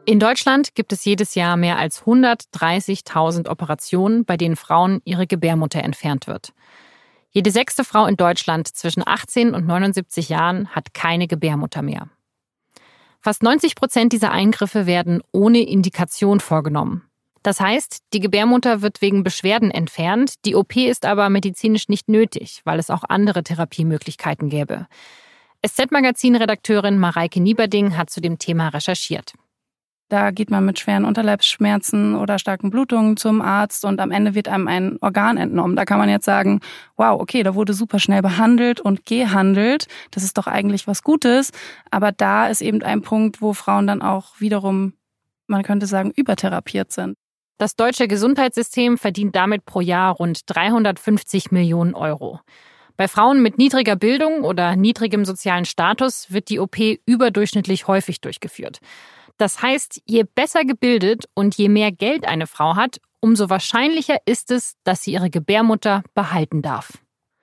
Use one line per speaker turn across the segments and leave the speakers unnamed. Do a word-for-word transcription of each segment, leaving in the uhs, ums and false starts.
In Deutschland gibt es jedes Jahr mehr als hundertdreißigtausend Operationen, bei denen Frauen ihre Gebärmutter entfernt wird. Jede sechste Frau in Deutschland zwischen achtzehn und neunundsiebzig Jahren hat keine Gebärmutter mehr. Fast neunzig Prozent dieser Eingriffe werden ohne Indikation vorgenommen. Das heißt, die Gebärmutter wird wegen Beschwerden entfernt, die O P ist aber medizinisch nicht nötig, weil es auch andere Therapiemöglichkeiten gäbe. S Z-Magazin-Redakteurin Mareike Nieberding hat zu dem Thema recherchiert.
Da geht man mit schweren Unterleibsschmerzen oder starken Blutungen zum Arzt und am Ende wird einem ein Organ entnommen. Da kann man jetzt sagen, wow, okay, da wurde super schnell behandelt und gehandelt. Das ist doch eigentlich was Gutes. Aber da ist eben ein Punkt, wo Frauen dann auch wiederum, man könnte sagen, übertherapiert sind.
Das deutsche Gesundheitssystem verdient damit pro Jahr rund dreihundertfünfzig Millionen Euro. Bei Frauen mit niedriger Bildung oder niedrigem sozialen Status wird die O P überdurchschnittlich häufig durchgeführt. Das heißt, je besser gebildet und je mehr Geld eine Frau hat, umso wahrscheinlicher ist es, dass sie ihre Gebärmutter behalten darf.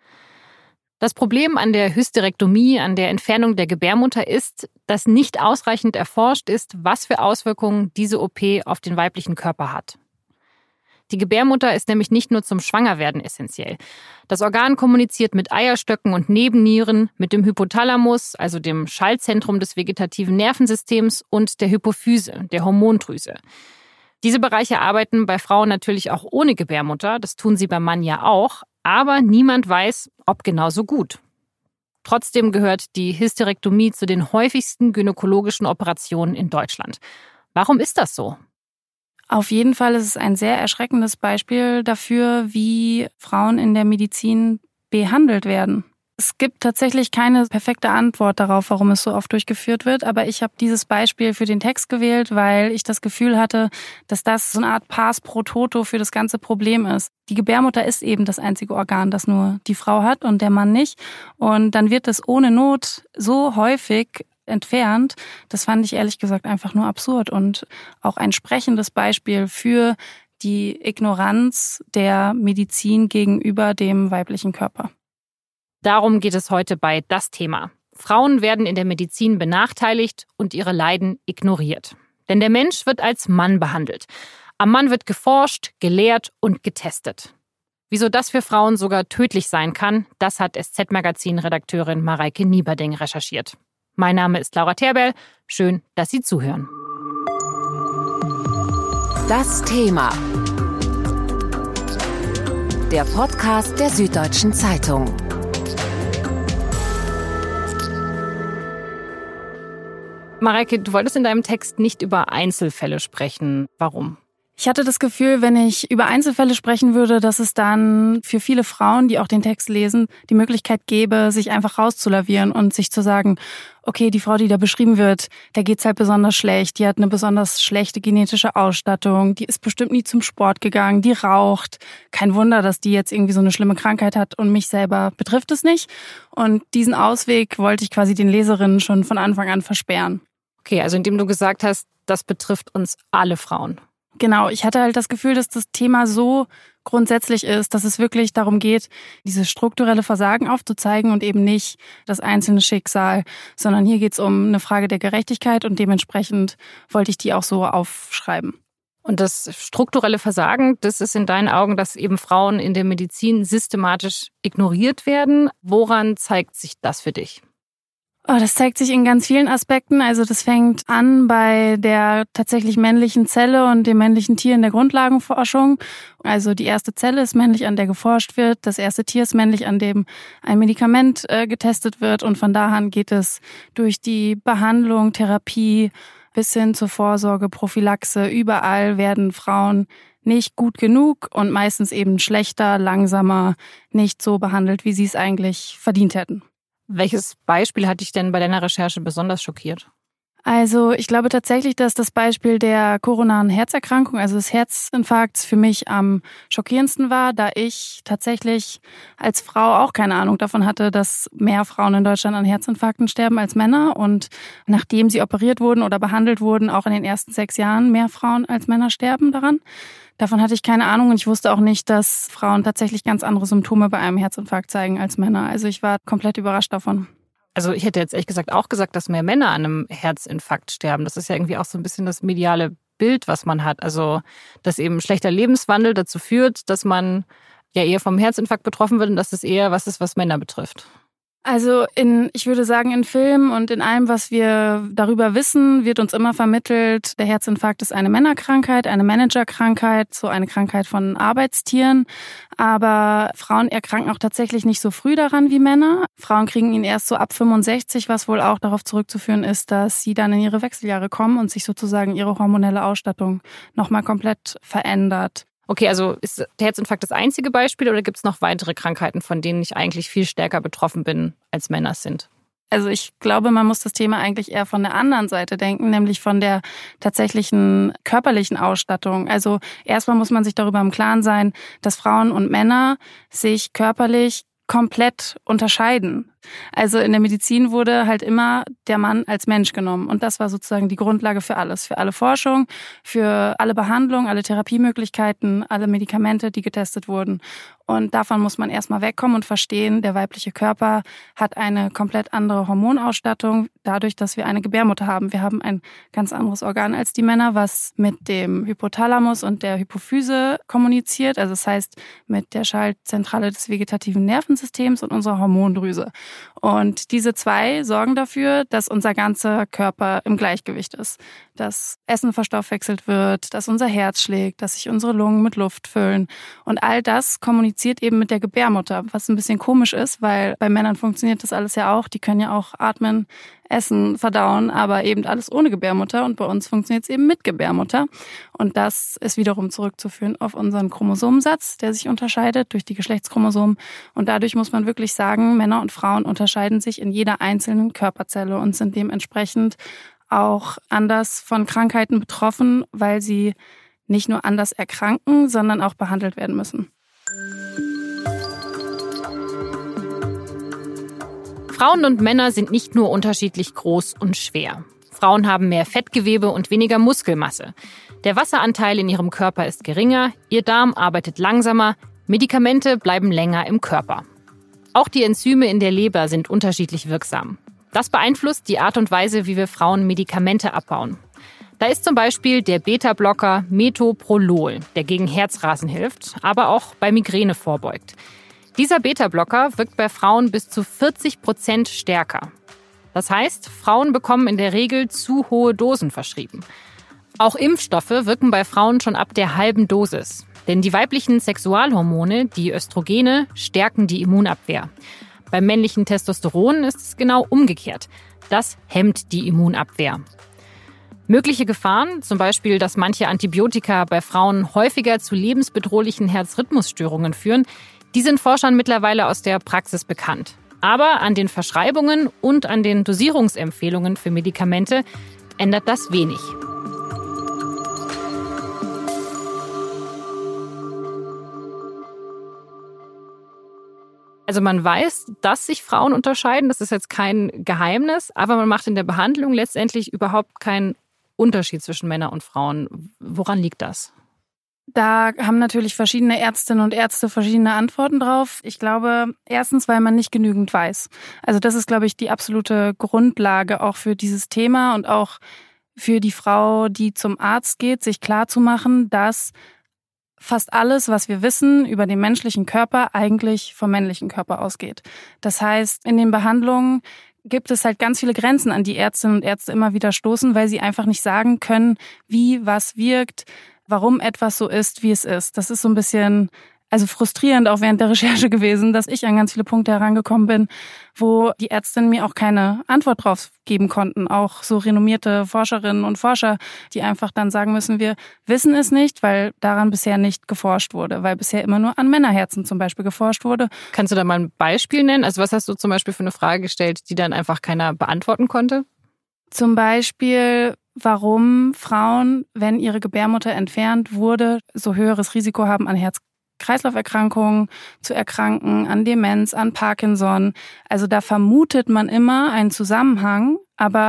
Das Problem an der Hysterektomie, an der Entfernung der Gebärmutter ist, dass nicht ausreichend erforscht ist, was für Auswirkungen diese O P auf den weiblichen Körper hat. Die Gebärmutter ist nämlich nicht nur zum Schwangerwerden essentiell. Das Organ kommuniziert mit Eierstöcken und Nebennieren, mit dem Hypothalamus, also dem Schaltzentrum des vegetativen Nervensystems, und der Hypophyse, der Hormondrüse. Diese Bereiche arbeiten bei Frauen natürlich auch ohne Gebärmutter, das tun sie beim Mann ja auch, aber niemand weiß, ob genauso gut. Trotzdem gehört die Hysterektomie zu den häufigsten gynäkologischen Operationen in Deutschland. Warum ist das so?
Auf jeden Fall ist es ein sehr erschreckendes Beispiel dafür, wie Frauen in der Medizin behandelt werden. Es gibt tatsächlich keine perfekte Antwort darauf, warum es so oft durchgeführt wird, aber ich habe dieses Beispiel für den Text gewählt, weil ich das Gefühl hatte, dass das so eine Art Pars pro Toto für das ganze Problem ist. Die Gebärmutter ist eben das einzige Organ, das nur die Frau hat und der Mann nicht. Und dann wird es ohne Not so häufig entfernt. Das fand ich ehrlich gesagt einfach nur absurd und auch ein sprechendes Beispiel für die Ignoranz der Medizin gegenüber dem weiblichen Körper.
Darum geht es heute bei Das Thema. Frauen werden in der Medizin benachteiligt und ihre Leiden ignoriert. Denn der Mensch wird als Mann behandelt. Am Mann wird geforscht, gelehrt und getestet. Wieso das für Frauen sogar tödlich sein kann, das hat S Z-Magazin-Redakteurin Mareike Nieberding recherchiert. Mein Name ist Laura Terberl. Schön, dass Sie zuhören.
Das Thema. Der Podcast der Süddeutschen Zeitung.
Mareike, du wolltest in deinem Text nicht über Einzelfälle sprechen. Warum?
Ich hatte das Gefühl, wenn ich über Einzelfälle sprechen würde, dass es dann für viele Frauen, die auch den Text lesen, die Möglichkeit gäbe, sich einfach rauszulavieren und sich zu sagen, okay, die Frau, die da beschrieben wird, der geht's halt besonders schlecht, die hat eine besonders schlechte genetische Ausstattung, die ist bestimmt nie zum Sport gegangen, die raucht. Kein Wunder, dass die jetzt irgendwie so eine schlimme Krankheit hat und mich selber betrifft es nicht. Und diesen Ausweg wollte ich quasi den Leserinnen schon von Anfang an versperren.
Okay, also indem du gesagt hast, das betrifft uns alle Frauen.
Genau, ich hatte halt das Gefühl, dass das Thema so grundsätzlich ist, dass es wirklich darum geht, dieses strukturelle Versagen aufzuzeigen und eben nicht das einzelne Schicksal, sondern hier geht es um eine Frage der Gerechtigkeit und dementsprechend wollte ich die auch so aufschreiben.
Und das strukturelle Versagen, das ist in deinen Augen, dass eben Frauen in der Medizin systematisch ignoriert werden. Woran zeigt sich das für dich?
Oh, das zeigt sich in ganz vielen Aspekten. Also das fängt an bei der tatsächlich männlichen Zelle und dem männlichen Tier in der Grundlagenforschung. Also die erste Zelle ist männlich, an der geforscht wird. Das erste Tier ist männlich, an dem ein Medikament äh, getestet wird. Und von da an geht es durch die Behandlung, Therapie bis hin zur Vorsorge, Prophylaxe. Überall werden Frauen nicht gut genug und meistens eben schlechter, langsamer, nicht so behandelt, wie sie es eigentlich verdient hätten.
Welches Beispiel hat dich denn bei deiner Recherche besonders schockiert?
Also ich glaube tatsächlich, dass das Beispiel der koronaren Herzerkrankung, also des Herzinfarkts, für mich am schockierendsten war, da ich tatsächlich als Frau auch keine Ahnung davon hatte, dass mehr Frauen in Deutschland an Herzinfarkten sterben als Männer und nachdem sie operiert wurden oder behandelt wurden, auch in den ersten sechs Jahren mehr Frauen als Männer sterben daran. Davon hatte ich keine Ahnung und ich wusste auch nicht, dass Frauen tatsächlich ganz andere Symptome bei einem Herzinfarkt zeigen als Männer. Also ich war komplett überrascht davon.
Also ich hätte jetzt ehrlich gesagt auch gesagt, dass mehr Männer an einem Herzinfarkt sterben. Das ist ja irgendwie auch so ein bisschen das mediale Bild, was man hat. Also dass eben schlechter Lebenswandel dazu führt, dass man ja eher vom Herzinfarkt betroffen wird und dass das eher was ist, was Männer betrifft.
Also in, ich würde sagen, in Filmen und in allem, was wir darüber wissen, wird uns immer vermittelt, der Herzinfarkt ist eine Männerkrankheit, eine Managerkrankheit, so eine Krankheit von Arbeitstieren. Aber Frauen erkranken auch tatsächlich nicht so früh daran wie Männer. Frauen kriegen ihn erst so ab fünfundsechzig, was wohl auch darauf zurückzuführen ist, dass sie dann in ihre Wechseljahre kommen und sich sozusagen ihre hormonelle Ausstattung nochmal komplett verändert.
Okay, also ist der Herzinfarkt das einzige Beispiel oder gibt es noch weitere Krankheiten, von denen ich eigentlich viel stärker betroffen bin, als Männer es sind?
Also ich glaube, man muss das Thema eigentlich eher von der anderen Seite denken, nämlich von der tatsächlichen körperlichen Ausstattung. Also erstmal muss man sich darüber im Klaren sein, dass Frauen und Männer sich körperlich komplett unterscheiden. Also in der Medizin wurde halt immer der Mann als Mensch genommen und das war sozusagen die Grundlage für alles, für alle Forschung, für alle Behandlungen, alle Therapiemöglichkeiten, alle Medikamente, die getestet wurden. Und davon muss man erstmal wegkommen und verstehen, der weibliche Körper hat eine komplett andere Hormonausstattung, dadurch, dass wir eine Gebärmutter haben. Wir haben ein ganz anderes Organ als die Männer, was mit dem Hypothalamus und der Hypophyse kommuniziert, also das heißt mit der Schaltzentrale des vegetativen Nervensystems und unserer Hormondrüse. Und diese zwei sorgen dafür, dass unser ganzer Körper im Gleichgewicht ist, dass Essen verstoffwechselt wird, dass unser Herz schlägt, dass sich unsere Lungen mit Luft füllen. Und all das kommuniziert eben mit der Gebärmutter, was ein bisschen komisch ist, weil bei Männern funktioniert das alles ja auch. Die können ja auch atmen, essen, verdauen, aber eben alles ohne Gebärmutter. Und bei uns funktioniert es eben mit Gebärmutter. Und das ist wiederum zurückzuführen auf unseren Chromosomensatz, der sich unterscheidet durch die Geschlechtschromosomen. Und dadurch muss man wirklich sagen, Männer und Frauen unterscheiden sich in jeder einzelnen Körperzelle und sind dementsprechend auch anders von Krankheiten betroffen, weil sie nicht nur anders erkranken, sondern auch behandelt werden müssen.
Frauen und Männer sind nicht nur unterschiedlich groß und schwer. Frauen haben mehr Fettgewebe und weniger Muskelmasse. Der Wasseranteil in ihrem Körper ist geringer, ihr Darm arbeitet langsamer, Medikamente bleiben länger im Körper. Auch die Enzyme in der Leber sind unterschiedlich wirksam. Das beeinflusst die Art und Weise, wie wir Frauen Medikamente abbauen. Da ist zum Beispiel der Beta-Blocker Metoprolol, der gegen Herzrasen hilft, aber auch bei Migräne vorbeugt. Dieser Beta-Blocker wirkt bei Frauen bis zu vierzig Prozent stärker. Das heißt, Frauen bekommen in der Regel zu hohe Dosen verschrieben. Auch Impfstoffe wirken bei Frauen schon ab der halben Dosis. Denn die weiblichen Sexualhormone, die Östrogene, stärken die Immunabwehr. Beim männlichen Testosteron ist es genau umgekehrt. Das hemmt die Immunabwehr. Mögliche Gefahren, zum Beispiel, dass manche Antibiotika bei Frauen häufiger zu lebensbedrohlichen Herzrhythmusstörungen führen, die sind Forschern mittlerweile aus der Praxis bekannt. Aber an den Verschreibungen und an den Dosierungsempfehlungen für Medikamente ändert das wenig. Also man weiß, dass sich Frauen unterscheiden, das ist jetzt kein Geheimnis, aber man macht in der Behandlung letztendlich überhaupt keinen Unterschied zwischen Männern und Frauen. Woran liegt das?
Da haben natürlich verschiedene Ärztinnen und Ärzte verschiedene Antworten drauf. Ich glaube, erstens, weil man nicht genügend weiß. Also das ist, glaube ich, die absolute Grundlage auch für dieses Thema und auch für die Frau, die zum Arzt geht, sich klarzumachen, dass fast alles, was wir wissen über den menschlichen Körper, eigentlich vom männlichen Körper ausgeht. Das heißt, in den Behandlungen gibt es halt ganz viele Grenzen, an die Ärztinnen und Ärzte immer wieder stoßen, weil sie einfach nicht sagen können, wie was wirkt, warum etwas so ist, wie es ist. Das ist so ein bisschen also frustrierend auch während der Recherche gewesen, dass ich an ganz viele Punkte herangekommen bin, wo die Ärztinnen mir auch keine Antwort drauf geben konnten. Auch so renommierte Forscherinnen und Forscher, die einfach dann sagen müssen, wir wissen es nicht, weil daran bisher nicht geforscht wurde, weil bisher immer nur an Männerherzen zum Beispiel geforscht wurde.
Kannst du da mal ein Beispiel nennen? Also was hast du zum Beispiel für eine Frage gestellt, die dann einfach keiner beantworten konnte?
Zum Beispiel, warum Frauen, wenn ihre Gebärmutter entfernt wurde, so höheres Risiko haben, an Herz-Kreislauf-Erkrankungen zu erkranken, an Demenz, an Parkinson. Also da vermutet man immer einen Zusammenhang, aber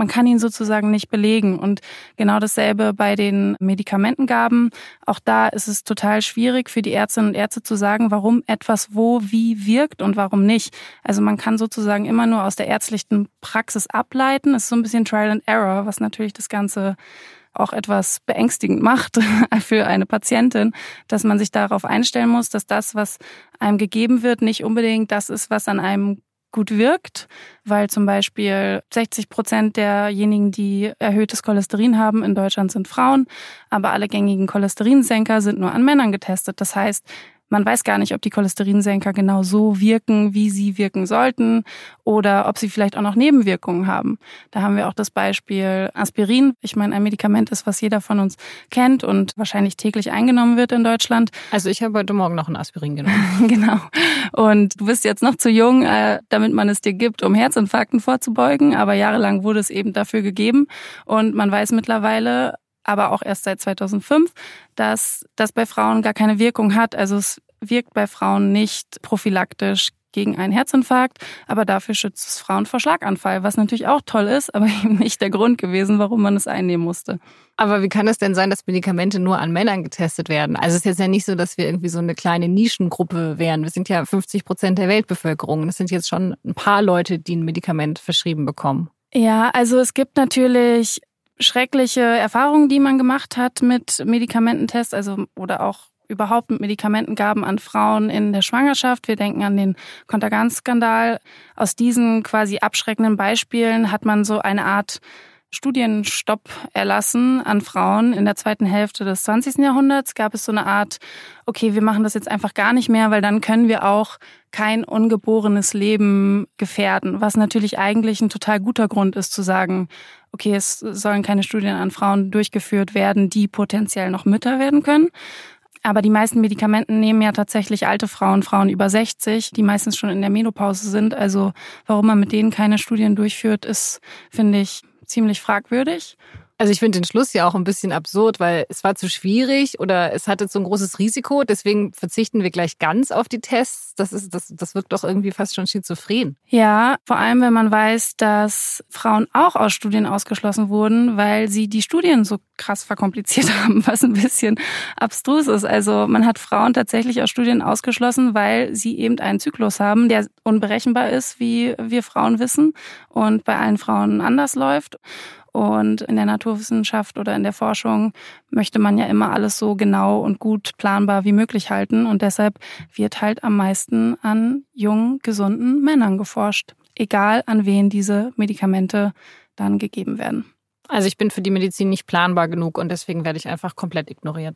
man kann ihn sozusagen nicht belegen. Und genau dasselbe bei den Medikamentengaben. Auch da ist es total schwierig für die Ärztinnen und Ärzte zu sagen, warum etwas wo wie wirkt und warum nicht. Also man kann sozusagen immer nur aus der ärztlichen Praxis ableiten. Es ist so ein bisschen Trial and Error, was natürlich das Ganze auch etwas beängstigend macht für eine Patientin, dass man sich darauf einstellen muss, dass das, was einem gegeben wird, nicht unbedingt das ist, was an einem gut wirkt, weil zum Beispiel sechzig Prozent derjenigen, die erhöhtes Cholesterin haben in Deutschland, sind Frauen, aber alle gängigen Cholesterinsenker sind nur an Männern getestet. Das heißt, man weiß gar nicht, ob die Cholesterinsenker genau so wirken, wie sie wirken sollten oder ob sie vielleicht auch noch Nebenwirkungen haben. Da haben wir auch das Beispiel Aspirin. Ich meine, ein Medikament ist, was jeder von uns kennt und wahrscheinlich täglich eingenommen wird in Deutschland.
Also ich habe heute Morgen noch ein Aspirin genommen.
Genau. Und du bist jetzt noch zu jung, damit man es dir gibt, um Herzinfarkten vorzubeugen. Aber jahrelang wurde es eben dafür gegeben. Und man weiß mittlerweile, aber auch erst seit zweitausendfünf, dass das bei Frauen gar keine Wirkung hat. Also es wirkt bei Frauen nicht prophylaktisch gegen einen Herzinfarkt, aber dafür schützt es Frauen vor Schlaganfall, was natürlich auch toll ist, aber eben nicht der Grund gewesen, warum man es einnehmen musste.
Aber wie kann es denn sein, dass Medikamente nur an Männern getestet werden? Also es ist jetzt ja nicht so, dass wir irgendwie so eine kleine Nischengruppe wären. Wir sind ja fünfzig Prozent der Weltbevölkerung. Das sind jetzt schon ein paar Leute, die ein Medikament verschrieben bekommen.
Ja, also es gibt natürlich schreckliche Erfahrungen, die man gemacht hat mit Medikamententests, also oder auch überhaupt mit Medikamentengaben an Frauen in der Schwangerschaft. Wir denken an den Contergan-Skandal. Aus diesen quasi abschreckenden Beispielen hat man so eine Art Studienstopp erlassen an Frauen. In der zweiten Hälfte des zwanzigsten Jahrhunderts gab es so eine Art, okay, wir machen das jetzt einfach gar nicht mehr, weil dann können wir auch kein ungeborenes Leben gefährden. Was natürlich eigentlich ein total guter Grund ist zu sagen, okay, es sollen keine Studien an Frauen durchgeführt werden, die potenziell noch Mütter werden können. Aber die meisten Medikamenten nehmen ja tatsächlich alte Frauen, Frauen über sechzig, die meistens schon in der Menopause sind. Also warum man mit denen keine Studien durchführt, ist, finde ich, ziemlich fragwürdig.
Also ich finde den Schluss ja auch ein bisschen absurd, weil es war zu schwierig oder es hatte so ein großes Risiko. Deswegen verzichten wir gleich ganz auf die Tests. Das ist, das, das wirkt doch irgendwie fast schon schizophren.
Ja, vor allem, wenn man weiß, dass Frauen auch aus Studien ausgeschlossen wurden, weil sie die Studien so krass verkompliziert haben, was ein bisschen abstrus ist. Also man hat Frauen tatsächlich aus Studien ausgeschlossen, weil sie eben einen Zyklus haben, der unberechenbar ist, wie wir Frauen wissen und bei allen Frauen anders läuft. Und in der Naturwissenschaft oder in der Forschung möchte man ja immer alles so genau und gut planbar wie möglich halten. Und deshalb wird halt am meisten an jungen, gesunden Männern geforscht. Egal, an wen diese Medikamente dann gegeben werden.
Also ich bin für die Medizin nicht planbar genug und deswegen werde ich einfach komplett ignoriert.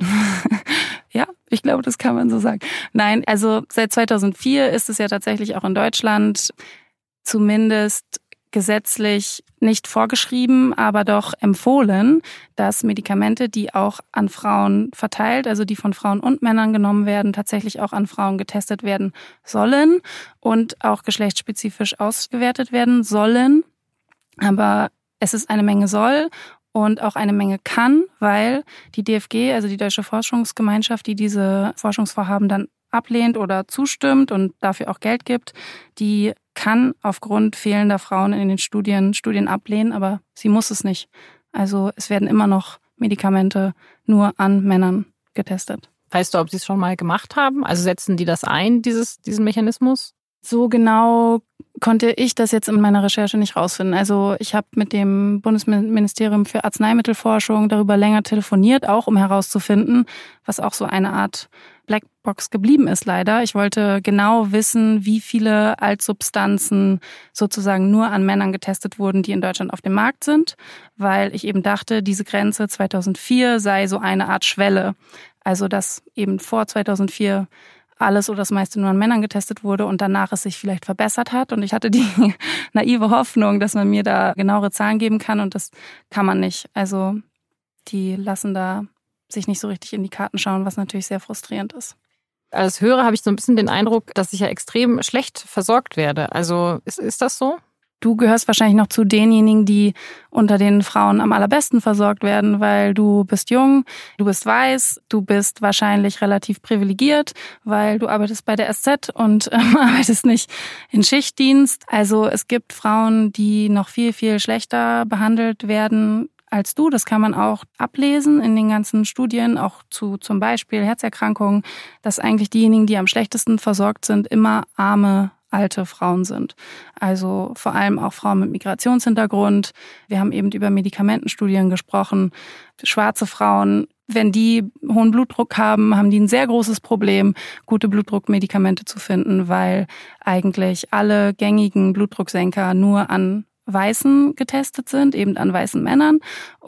Ja, ich glaube, das kann man so sagen. Nein, also seit zweitausendvier ist es ja tatsächlich auch in Deutschland zumindest gesetzlich nicht vorgeschrieben, aber doch empfohlen, dass Medikamente, die auch an Frauen verteilt, also die von Frauen und Männern genommen werden, tatsächlich auch an Frauen getestet werden sollen und auch geschlechtsspezifisch ausgewertet werden sollen. Aber es ist eine Menge soll und auch eine Menge kann, weil die D F G, also die Deutsche Forschungsgemeinschaft, die diese Forschungsvorhaben dann ablehnt oder zustimmt und dafür auch Geld gibt, die kann aufgrund fehlender Frauen in den Studien Studien ablehnen, aber sie muss es nicht. Also es werden immer noch Medikamente nur an Männern getestet.
Weißt du, ob sie es schon mal gemacht haben? Also setzen die das ein, dieses, diesen Mechanismus?
So genau konnte ich das jetzt in meiner Recherche nicht rausfinden. Also ich habe mit dem Bundesministerium für Arzneimittelforschung darüber länger telefoniert, auch um herauszufinden, was auch so eine Art Blackbox geblieben ist leider. Ich wollte genau wissen, wie viele Altsubstanzen sozusagen nur an Männern getestet wurden, die in Deutschland auf dem Markt sind, weil ich eben dachte, diese Grenze zweitausendvier sei so eine Art Schwelle. Also dass eben vor zweitausendvier alles oder das meiste nur an Männern getestet wurde und danach es sich vielleicht verbessert hat. Und ich hatte die naive Hoffnung, dass man mir da genauere Zahlen geben kann und das kann man nicht. Also die lassen da sich nicht so richtig in die Karten schauen, was natürlich sehr frustrierend ist.
Als Hörer habe ich so ein bisschen den Eindruck, dass ich ja extrem schlecht versorgt werde. Also ist, ist das so?
Du gehörst wahrscheinlich noch zu denjenigen, die unter den Frauen am allerbesten versorgt werden, weil du bist jung, du bist weiß, du bist wahrscheinlich relativ privilegiert, weil du arbeitest bei der S Z und ähm, arbeitest nicht in Schichtdienst. Also es gibt Frauen, die noch viel, viel schlechter behandelt werden als du. Das kann man auch ablesen in den ganzen Studien, auch zu zum Beispiel Herzerkrankungen, dass eigentlich diejenigen, die am schlechtesten versorgt sind, immer arme alte Frauen sind. Also vor allem auch Frauen mit Migrationshintergrund. Wir haben eben über Medikamentenstudien gesprochen. Schwarze Frauen, wenn die hohen Blutdruck haben, haben die ein sehr großes Problem, gute Blutdruckmedikamente zu finden, weil eigentlich alle gängigen Blutdrucksenker nur an Weißen getestet sind, eben an weißen Männern.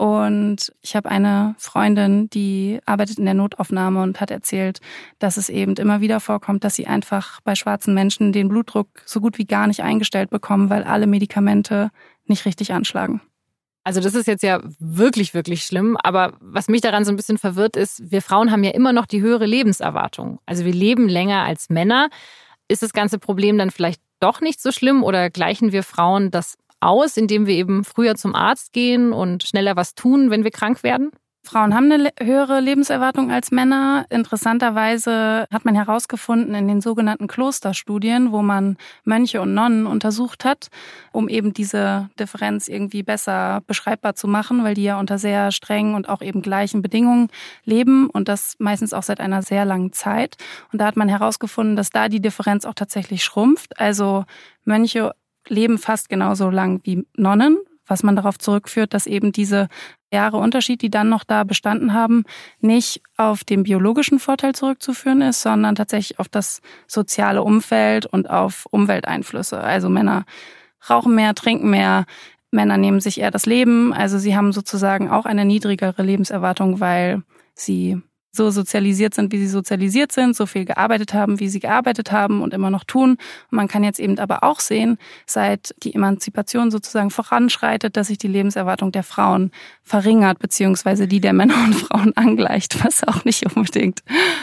Und ich habe eine Freundin, die arbeitet in der Notaufnahme und hat erzählt, dass es eben immer wieder vorkommt, dass sie einfach bei schwarzen Menschen den Blutdruck so gut wie gar nicht eingestellt bekommen, weil alle Medikamente nicht richtig anschlagen.
Also das ist jetzt ja wirklich, wirklich schlimm. Aber was mich daran so ein bisschen verwirrt ist, wir Frauen haben ja immer noch die höhere Lebenserwartung. Also wir leben länger als Männer. Ist das ganze Problem dann vielleicht doch nicht so schlimm oder gleichen wir Frauen das aus, indem wir eben früher zum Arzt gehen und schneller was tun, wenn wir krank werden?
Frauen haben eine höhere Lebenserwartung als Männer. Interessanterweise hat man herausgefunden in den sogenannten Klosterstudien, wo man Mönche und Nonnen untersucht hat, um eben diese Differenz irgendwie besser beschreibbar zu machen, weil die ja unter sehr strengen und auch eben gleichen Bedingungen leben und das meistens auch seit einer sehr langen Zeit. Und da hat man herausgefunden, dass da die Differenz auch tatsächlich schrumpft. Also Mönche leben fast genauso lang wie Nonnen, was man darauf zurückführt, dass eben diese Jahre Unterschied, die dann noch da bestanden haben, nicht auf den biologischen Vorteil zurückzuführen ist, sondern tatsächlich auf das soziale Umfeld und auf Umwelteinflüsse. Also Männer rauchen mehr, trinken mehr, Männer nehmen sich eher das Leben. Also sie haben sozusagen auch eine niedrigere Lebenserwartung, weil sie so sozialisiert sind, wie sie sozialisiert sind, so viel gearbeitet haben, wie sie gearbeitet haben und immer noch tun. Und man kann jetzt eben aber auch sehen, seit die Emanzipation sozusagen voranschreitet, dass sich die Lebenserwartung der Frauen verringert, beziehungsweise die der Männer und Frauen angleicht, was auch nicht unbedingt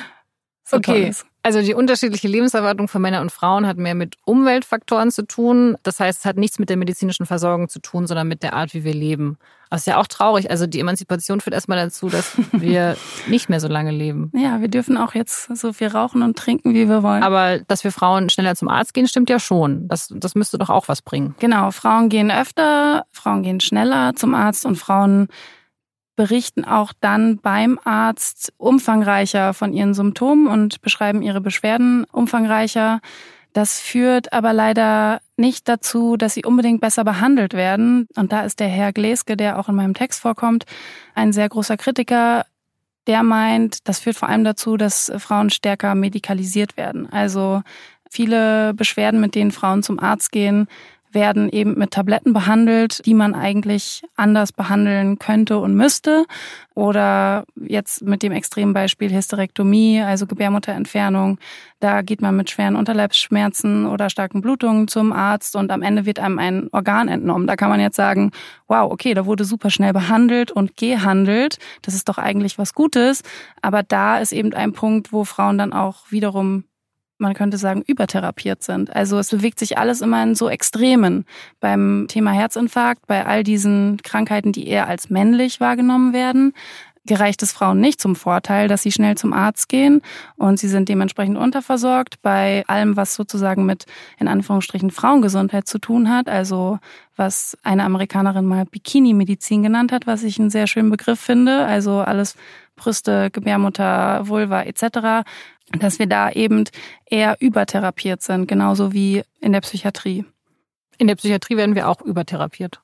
so toll ist.
Also die unterschiedliche Lebenserwartung von Männern und Frauen hat mehr mit Umweltfaktoren zu tun. Das heißt, es hat nichts mit der medizinischen Versorgung zu tun, sondern mit der Art, wie wir leben. Das ist ja auch traurig. Also die Emanzipation führt erstmal dazu, dass wir nicht mehr so lange leben.
Ja, wir dürfen auch jetzt so viel rauchen und trinken, wie wir wollen.
Aber dass wir Frauen schneller zum Arzt gehen, stimmt ja schon. Das, das müsste doch auch was bringen.
Genau, Frauen gehen öfter, Frauen gehen schneller zum Arzt und Frauen berichten auch dann beim Arzt umfangreicher von ihren Symptomen und beschreiben ihre Beschwerden umfangreicher. Das führt aber leider nicht dazu, dass sie unbedingt besser behandelt werden. Und da ist der Herr Gleske, der auch in meinem Text vorkommt, ein sehr großer Kritiker. Der meint, das führt vor allem dazu, dass Frauen stärker medikalisiert werden. Also viele Beschwerden, mit denen Frauen zum Arzt gehen, werden eben mit Tabletten behandelt, die man eigentlich anders behandeln könnte und müsste. Oder jetzt mit dem Extrembeispiel Hysterektomie, also Gebärmutterentfernung. Da geht man mit schweren Unterleibsschmerzen oder starken Blutungen zum Arzt und am Ende wird einem ein Organ entnommen. Da kann man jetzt sagen, wow, okay, da wurde super schnell behandelt und gehandelt. Das ist doch eigentlich was Gutes. Aber da ist eben ein Punkt, wo Frauen dann auch wiederum, man könnte sagen, übertherapiert sind. Also es bewegt sich alles immer in so Extremen. Beim Thema Herzinfarkt, bei all diesen Krankheiten, die eher als männlich wahrgenommen werden, gereicht es Frauen nicht zum Vorteil, dass sie schnell zum Arzt gehen und sie sind dementsprechend unterversorgt. Bei allem, was sozusagen mit, in Anführungsstrichen, Frauengesundheit zu tun hat, also was eine Amerikanerin mal Bikini-Medizin genannt hat, was ich einen sehr schönen Begriff finde, also alles Brüste, Gebärmutter, Vulva et cetera, dass wir da eben eher übertherapiert sind, genauso wie in der Psychiatrie.
In der Psychiatrie werden wir auch übertherapiert.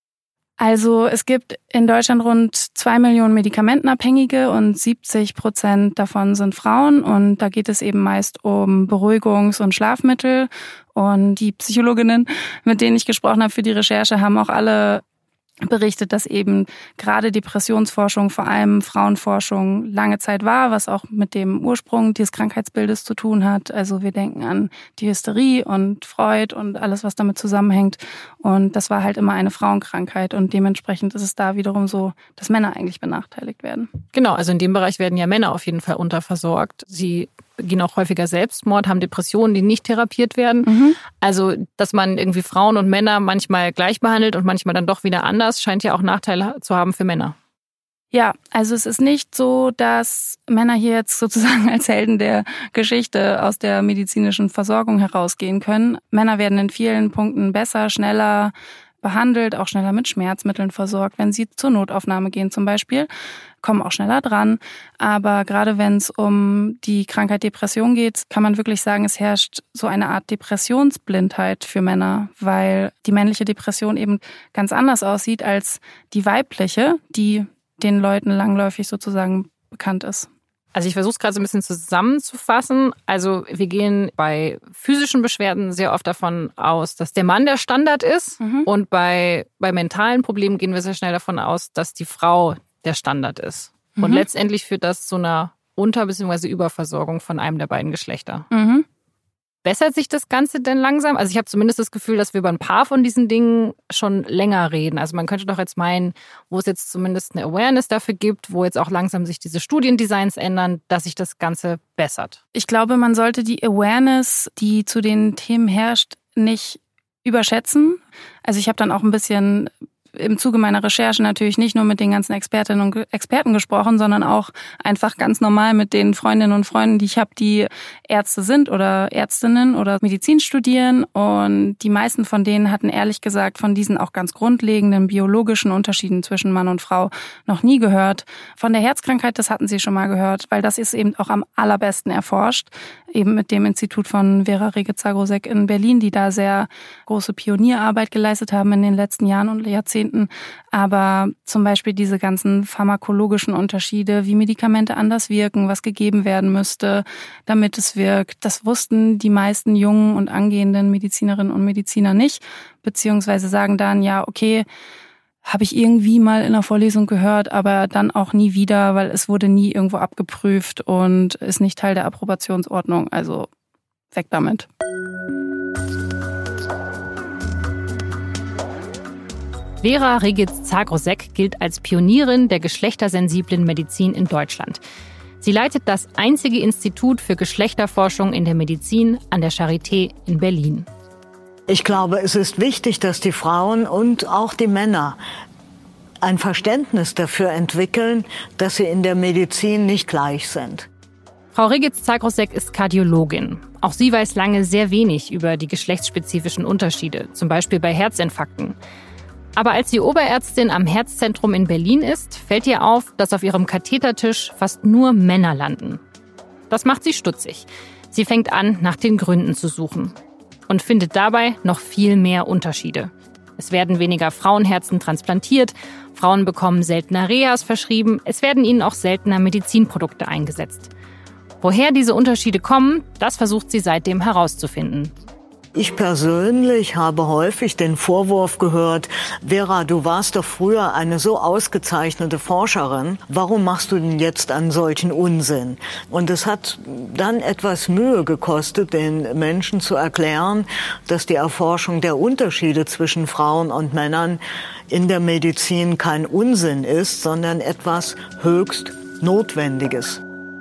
Also es gibt in Deutschland rund zwei Millionen Medikamentenabhängige und siebzig Prozent davon sind Frauen. Und da geht es eben meist um Beruhigungs- und Schlafmittel. Und die Psychologinnen, mit denen ich gesprochen habe für die Recherche, haben auch alle berichtet, dass eben gerade Depressionsforschung, vor allem Frauenforschung, lange Zeit war, was auch mit dem Ursprung dieses Krankheitsbildes zu tun hat. Also wir denken an die Hysterie und Freud und alles, was damit zusammenhängt. Und das war halt immer eine Frauenkrankheit und dementsprechend ist es da wiederum so, dass Männer eigentlich benachteiligt werden.
Genau, also in dem Bereich werden ja Männer auf jeden Fall unterversorgt. Sie begehen auch häufiger Selbstmord, haben Depressionen, die nicht therapiert werden.
Mhm.
Also, dass man irgendwie Frauen und Männer manchmal gleich behandelt und manchmal dann doch wieder anders, scheint ja auch Nachteile zu haben für Männer.
Ja, also es ist nicht so, dass Männer hier jetzt sozusagen als Helden der Geschichte aus der medizinischen Versorgung herausgehen können. Männer werden in vielen Punkten besser, schneller behandelt, auch schneller mit Schmerzmitteln versorgt, wenn sie zur Notaufnahme gehen zum Beispiel, kommen auch schneller dran. Aber gerade wenn es um die Krankheit Depression geht, kann man wirklich sagen, es herrscht so eine Art Depressionsblindheit für Männer, weil die männliche Depression eben ganz anders aussieht als die weibliche, die den Leuten langläufig sozusagen bekannt ist.
Also ich versuche es gerade so ein bisschen zusammenzufassen. Also wir gehen bei physischen Beschwerden sehr oft davon aus, dass der Mann der Standard ist. Mhm. Und bei, bei mentalen Problemen gehen wir sehr schnell davon aus, dass die Frau der Standard ist. Mhm. Und letztendlich führt das zu einer Unter- bzw. Überversorgung von einem der beiden Geschlechter. Mhm. Bessert sich das Ganze denn langsam? Also ich habe zumindest das Gefühl, dass wir über ein paar von diesen Dingen schon länger reden. Also man könnte doch jetzt meinen, wo es jetzt zumindest eine Awareness dafür gibt, wo jetzt auch langsam sich diese Studiendesigns ändern, dass sich das Ganze bessert.
Ich glaube, man sollte die Awareness, die zu den Themen herrscht, nicht überschätzen. Also ich habe dann auch ein bisschen im Zuge meiner Recherche natürlich nicht nur mit den ganzen Expertinnen und Experten gesprochen, sondern auch einfach ganz normal mit den Freundinnen und Freunden, die ich habe, die Ärzte sind oder Ärztinnen oder Medizin studieren. Und die meisten von denen hatten ehrlich gesagt von diesen auch ganz grundlegenden biologischen Unterschieden zwischen Mann und Frau noch nie gehört. Von der Herzkrankheit, das hatten sie schon mal gehört, weil das ist eben auch am allerbesten erforscht, eben mit dem Institut von Vera Regitz-Zagrossek in Berlin, die da sehr große Pionierarbeit geleistet haben in den letzten Jahren und Jahrzehnten. Aber zum Beispiel diese ganzen pharmakologischen Unterschiede, wie Medikamente anders wirken, was gegeben werden müsste, damit es wirkt, das wussten die meisten jungen und angehenden Medizinerinnen und Mediziner nicht, beziehungsweise sagen dann, ja, okay, habe ich irgendwie mal in einer Vorlesung gehört, aber dann auch nie wieder, weil es wurde nie irgendwo abgeprüft und ist nicht Teil der Approbationsordnung. Also weg damit.
Vera Regitz-Zagrossek gilt als Pionierin der geschlechtersensiblen Medizin in Deutschland. Sie leitet das einzige Institut für Geschlechterforschung in der Medizin an der Charité in Berlin.
Ich glaube, es ist wichtig, dass die Frauen und auch die Männer ein Verständnis dafür entwickeln, dass sie in der Medizin nicht gleich sind.
Frau Regitz-Zagrossek ist Kardiologin. Auch sie weiß lange sehr wenig über die geschlechtsspezifischen Unterschiede, zum Beispiel bei Herzinfarkten. Aber als sie Oberärztin am Herzzentrum in Berlin ist, fällt ihr auf, dass auf ihrem Kathetertisch fast nur Männer landen. Das macht sie stutzig. Sie fängt an, nach den Gründen zu suchen und findet dabei noch viel mehr Unterschiede. Es werden weniger Frauenherzen transplantiert, Frauen bekommen seltener Rehas verschrieben, es werden ihnen auch seltener Medizinprodukte eingesetzt. Woher diese Unterschiede kommen, das versucht sie seitdem herauszufinden.
Ich persönlich habe häufig den Vorwurf gehört, Vera, du warst doch früher eine so ausgezeichnete Forscherin, warum machst du denn jetzt einen solchen Unsinn? Und es hat dann etwas Mühe gekostet, den Menschen zu erklären, dass die Erforschung der Unterschiede zwischen Frauen und Männern in der Medizin kein Unsinn ist, sondern etwas höchst Notwendiges.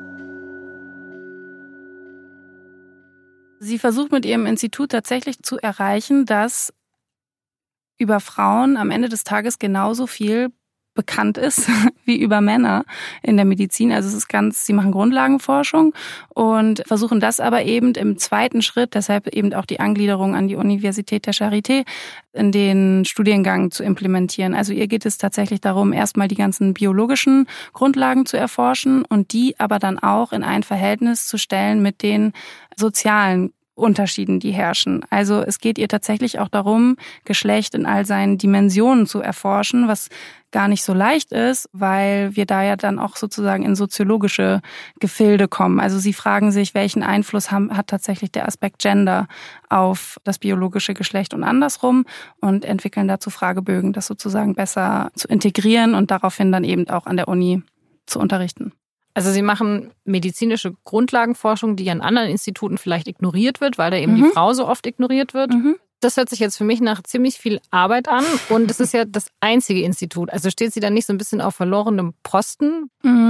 Sie versucht mit ihrem Institut tatsächlich zu erreichen, dass über Frauen am Ende des Tages genauso viel bekannt ist wie über Männer in der Medizin. Also es ist ganz, sie machen Grundlagenforschung und versuchen das aber eben im zweiten Schritt, deshalb eben auch die Angliederung an die Universität der Charité, in den Studiengang zu implementieren. Also ihr geht es tatsächlich darum, erstmal die ganzen biologischen Grundlagen zu erforschen und die aber dann auch in ein Verhältnis zu stellen mit den sozialen Unterschieden, die herrschen. Also es geht ihr tatsächlich auch darum, Geschlecht in all seinen Dimensionen zu erforschen, was gar nicht so leicht ist, weil wir da ja dann auch sozusagen in soziologische Gefilde kommen. Also sie fragen sich, welchen Einfluss haben, hat tatsächlich der Aspekt Gender auf das biologische Geschlecht und andersrum und entwickeln dazu Fragebögen, das sozusagen besser zu integrieren und daraufhin dann eben auch an der Uni zu unterrichten.
Also Sie machen medizinische Grundlagenforschung, die an anderen Instituten vielleicht ignoriert wird, weil da eben
mhm.
die Frau so oft ignoriert wird.
Mhm.
Das hört sich jetzt für mich nach ziemlich viel Arbeit an und es ist ja das einzige Institut. Also steht sie da nicht so ein bisschen auf verlorenem Posten?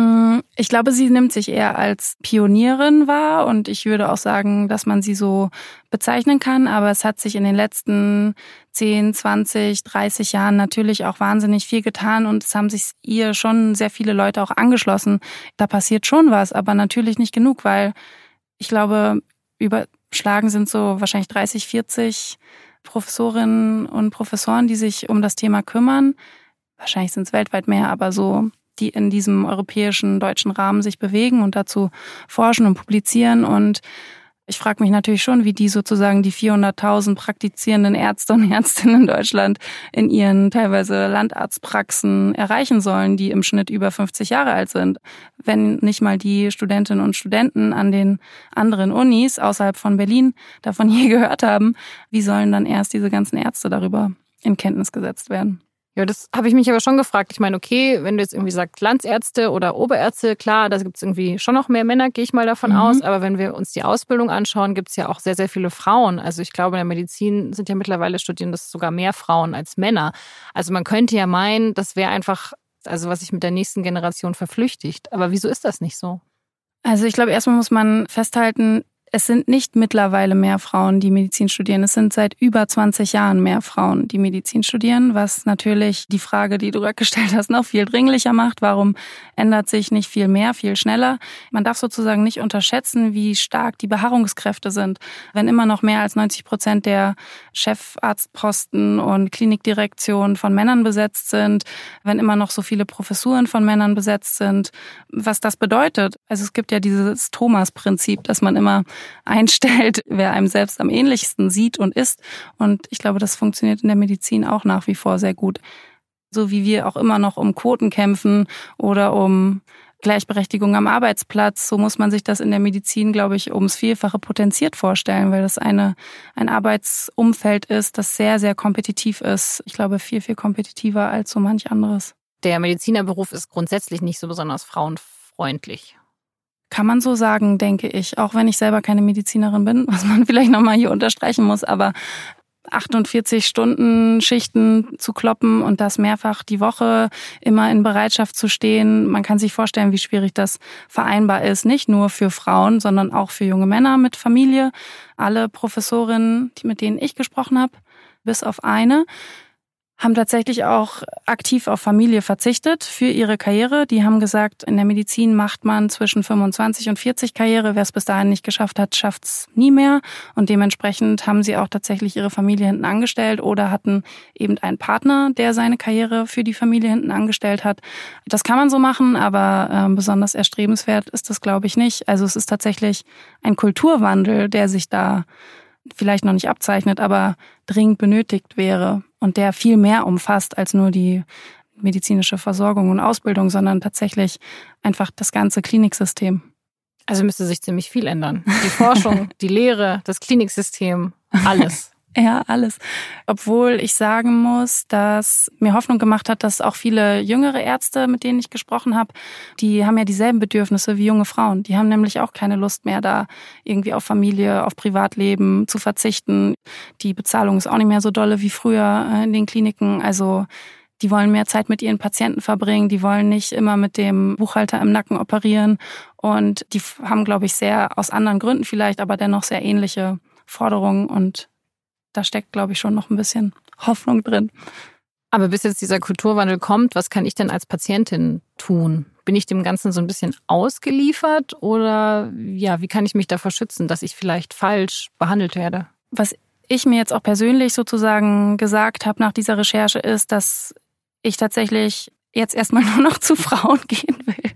Ich glaube, sie nimmt sich eher als Pionierin wahr und ich würde auch sagen, dass man sie so bezeichnen kann. Aber es hat sich in den letzten zehn, zwanzig, dreißig Jahren natürlich auch wahnsinnig viel getan und es haben sich ihr schon sehr viele Leute auch angeschlossen. Da passiert schon was, aber natürlich nicht genug, weil ich glaube, überschlagen sind so wahrscheinlich dreißig, vierzig Professorinnen und Professoren, die sich um das Thema kümmern. Wahrscheinlich sind es weltweit mehr, aber so, die in diesem europäischen, deutschen Rahmen sich bewegen und dazu forschen und publizieren. Und ich frage mich natürlich schon, wie die sozusagen die vierhunderttausend praktizierenden Ärzte und Ärztinnen in Deutschland in ihren teilweise Landarztpraxen erreichen sollen, die im Schnitt über fünfzig Jahre alt sind. Wenn nicht mal die Studentinnen und Studenten an den anderen Unis außerhalb von Berlin davon je gehört haben, wie sollen dann erst diese ganzen Ärzte darüber in Kenntnis gesetzt werden?
Ja, das habe ich mich aber schon gefragt. Ich meine, okay, wenn du jetzt irgendwie sagst Landsärzte oder Oberärzte, klar, da gibt es irgendwie schon noch mehr Männer, gehe ich mal davon mhm. aus. Aber wenn wir uns die Ausbildung anschauen, gibt es ja auch sehr, sehr viele Frauen. Also ich glaube, in der Medizin sind ja mittlerweile studieren das sogar mehr Frauen als Männer. Also man könnte ja meinen, das wäre einfach, also was sich mit der nächsten Generation verflüchtigt. Aber wieso ist das nicht so?
Also ich glaube, erstmal muss man festhalten, es sind nicht mittlerweile mehr Frauen, die Medizin studieren. Es sind seit über zwanzig Jahren mehr Frauen, die Medizin studieren, was natürlich die Frage, die du gerade gestellt hast, noch viel dringlicher macht. Warum ändert sich nicht viel mehr, viel schneller? Man darf sozusagen nicht unterschätzen, wie stark die Beharrungskräfte sind. Wenn immer noch mehr als neunzig Prozent der Chefarztposten und Klinikdirektionen von Männern besetzt sind, wenn immer noch so viele Professuren von Männern besetzt sind, was das bedeutet. Also es gibt ja dieses Thomas-Prinzip, dass man immer einstellt, wer einem selbst am ähnlichsten sieht und ist. Und ich glaube, das funktioniert in der Medizin auch nach wie vor sehr gut. So wie wir auch immer noch um Quoten kämpfen oder um Gleichberechtigung am Arbeitsplatz, so muss man sich das in der Medizin, glaube ich, ums Vielfache potenziert vorstellen, weil das eine ein Arbeitsumfeld ist, das sehr, sehr kompetitiv ist. Ich glaube, viel, viel kompetitiver als so manch anderes.
Der Medizinerberuf ist grundsätzlich nicht so besonders frauenfreundlich.
Kann man so sagen, denke ich, auch wenn ich selber keine Medizinerin bin, was man vielleicht nochmal hier unterstreichen muss, aber achtundvierzig Stunden Schichten zu kloppen und das mehrfach die Woche, immer in Bereitschaft zu stehen. Man kann sich vorstellen, wie schwierig das vereinbar ist, nicht nur für Frauen, sondern auch für junge Männer mit Familie. Alle Professorinnen, mit denen ich gesprochen habe, bis auf eine, haben tatsächlich auch aktiv auf Familie verzichtet für ihre Karriere. Die haben gesagt, in der Medizin macht man zwischen fünfundzwanzig und vierzig Karriere. Wer es bis dahin nicht geschafft hat, schafft's nie mehr. Und dementsprechend haben sie auch tatsächlich ihre Familie hinten angestellt oder hatten eben einen Partner, der seine Karriere für die Familie hinten angestellt hat. Das kann man so machen, aber äh, besonders erstrebenswert ist das, glaube ich, nicht. Also es ist tatsächlich ein Kulturwandel, der sich da vielleicht noch nicht abzeichnet, aber dringend benötigt wäre und der viel mehr umfasst als nur die medizinische Versorgung und Ausbildung, sondern tatsächlich einfach das ganze Kliniksystem.
Also müsste sich ziemlich viel ändern. Die Forschung, die Lehre, das Kliniksystem, alles.
Ja, alles. Obwohl ich sagen muss, dass mir Hoffnung gemacht hat, dass auch viele jüngere Ärzte, mit denen ich gesprochen habe, die haben ja dieselben Bedürfnisse wie junge Frauen. Die haben nämlich auch keine Lust mehr, da irgendwie auf Familie, auf Privatleben zu verzichten. Die Bezahlung ist auch nicht mehr so dolle wie früher in den Kliniken. Also die wollen mehr Zeit mit ihren Patienten verbringen. Die wollen nicht immer mit dem Buchhalter im Nacken operieren. Und die haben, glaube ich, sehr aus anderen Gründen vielleicht, aber dennoch sehr ähnliche Forderungen und da steckt, glaube ich, schon noch ein bisschen Hoffnung drin.
Aber bis jetzt dieser Kulturwandel kommt, was kann ich denn als Patientin tun? Bin ich dem Ganzen so ein bisschen ausgeliefert oder ja, wie kann ich mich davor schützen, dass ich vielleicht falsch behandelt werde?
Was ich mir jetzt auch persönlich sozusagen gesagt habe nach dieser Recherche ist, dass ich tatsächlich jetzt erstmal nur noch zu Frauen gehen will.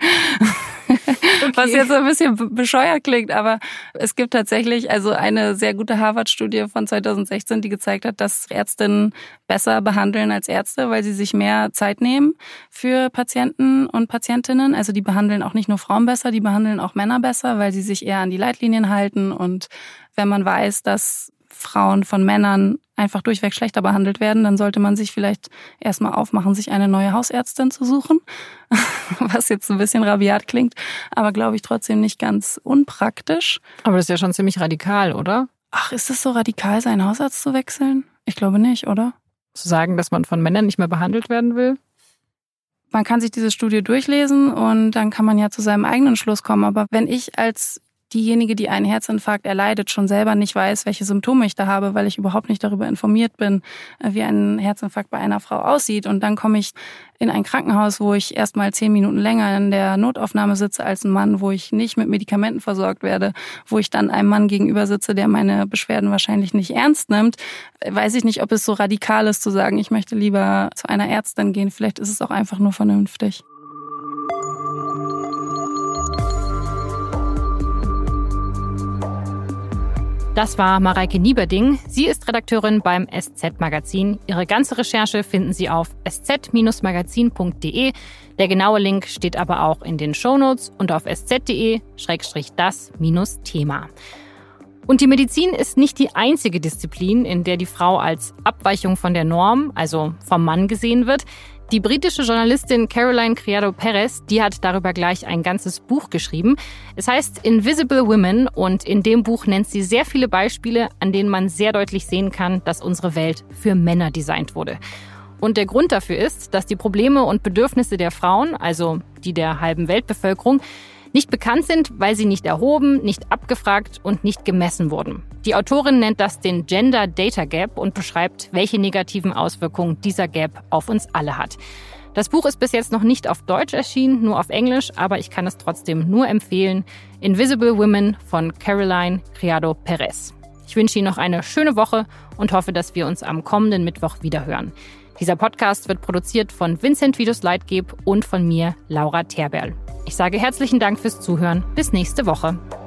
Okay. Was jetzt so ein bisschen bescheuert klingt, aber es gibt tatsächlich also eine sehr gute Harvard-Studie von zweitausendsechzehn, die gezeigt hat, dass Ärztinnen besser behandeln als Ärzte, weil sie sich mehr Zeit nehmen für Patienten und Patientinnen. Also die behandeln auch nicht nur Frauen besser, die behandeln auch Männer besser, weil sie sich eher an die Leitlinien halten. Und wenn man weiß, dass Frauen von Männern einfach durchweg schlechter behandelt werden, dann sollte man sich vielleicht erstmal aufmachen, sich eine neue Hausärztin zu suchen, was jetzt ein bisschen rabiat klingt, aber glaube ich trotzdem nicht ganz unpraktisch.
Aber das ist ja schon ziemlich radikal, oder?
Ach, ist es so radikal, seinen Hausarzt zu wechseln? Ich glaube nicht, oder?
Zu sagen, dass man von Männern nicht mehr behandelt werden will?
Man kann sich diese Studie durchlesen und dann kann man ja zu seinem eigenen Schluss kommen. Aber wenn ich als diejenige, die einen Herzinfarkt erleidet, schon selber nicht weiß, welche Symptome ich da habe, weil ich überhaupt nicht darüber informiert bin, wie ein Herzinfarkt bei einer Frau aussieht. Und dann komme ich in ein Krankenhaus, wo ich erst mal zehn Minuten länger in der Notaufnahme sitze als ein Mann, wo ich nicht mit Medikamenten versorgt werde, wo ich dann einem Mann gegenüber sitze, der meine Beschwerden wahrscheinlich nicht ernst nimmt, weiß ich nicht, ob es so radikal ist zu sagen, ich möchte lieber zu einer Ärztin gehen. Vielleicht ist es auch einfach nur vernünftig.
Das war Mareike Nieberding. Sie ist Redakteurin beim S Z-Magazin. Ihre ganze Recherche finden Sie auf s z magazin punkt d e. Der genaue Link steht aber auch in den Shownotes und auf s z punkt d e schrägstrich das Thema. Und die Medizin ist nicht die einzige Disziplin, in der die Frau als Abweichung von der Norm, also vom Mann gesehen wird. Die britische Journalistin Caroline Criado Perez, die hat darüber gleich ein ganzes Buch geschrieben. Es heißt Invisible Women und in dem Buch nennt sie sehr viele Beispiele, an denen man sehr deutlich sehen kann, dass unsere Welt für Männer designt wurde. Und der Grund dafür ist, dass die Probleme und Bedürfnisse der Frauen, also die der halben Weltbevölkerung, nicht bekannt sind, weil sie nicht erhoben, nicht abgefragt und nicht gemessen wurden. Die Autorin nennt das den Gender Data Gap und beschreibt, welche negativen Auswirkungen dieser Gap auf uns alle hat. Das Buch ist bis jetzt noch nicht auf Deutsch erschienen, nur auf Englisch, aber ich kann es trotzdem nur empfehlen. Invisible Women von Caroline Criado Perez. Ich wünsche Ihnen noch eine schöne Woche und hoffe, dass wir uns am kommenden Mittwoch wiederhören. Dieser Podcast wird produziert von Vincent Vitus Leitgeb und von mir, Laura Terberl. Ich sage herzlichen Dank fürs Zuhören. Bis nächste Woche.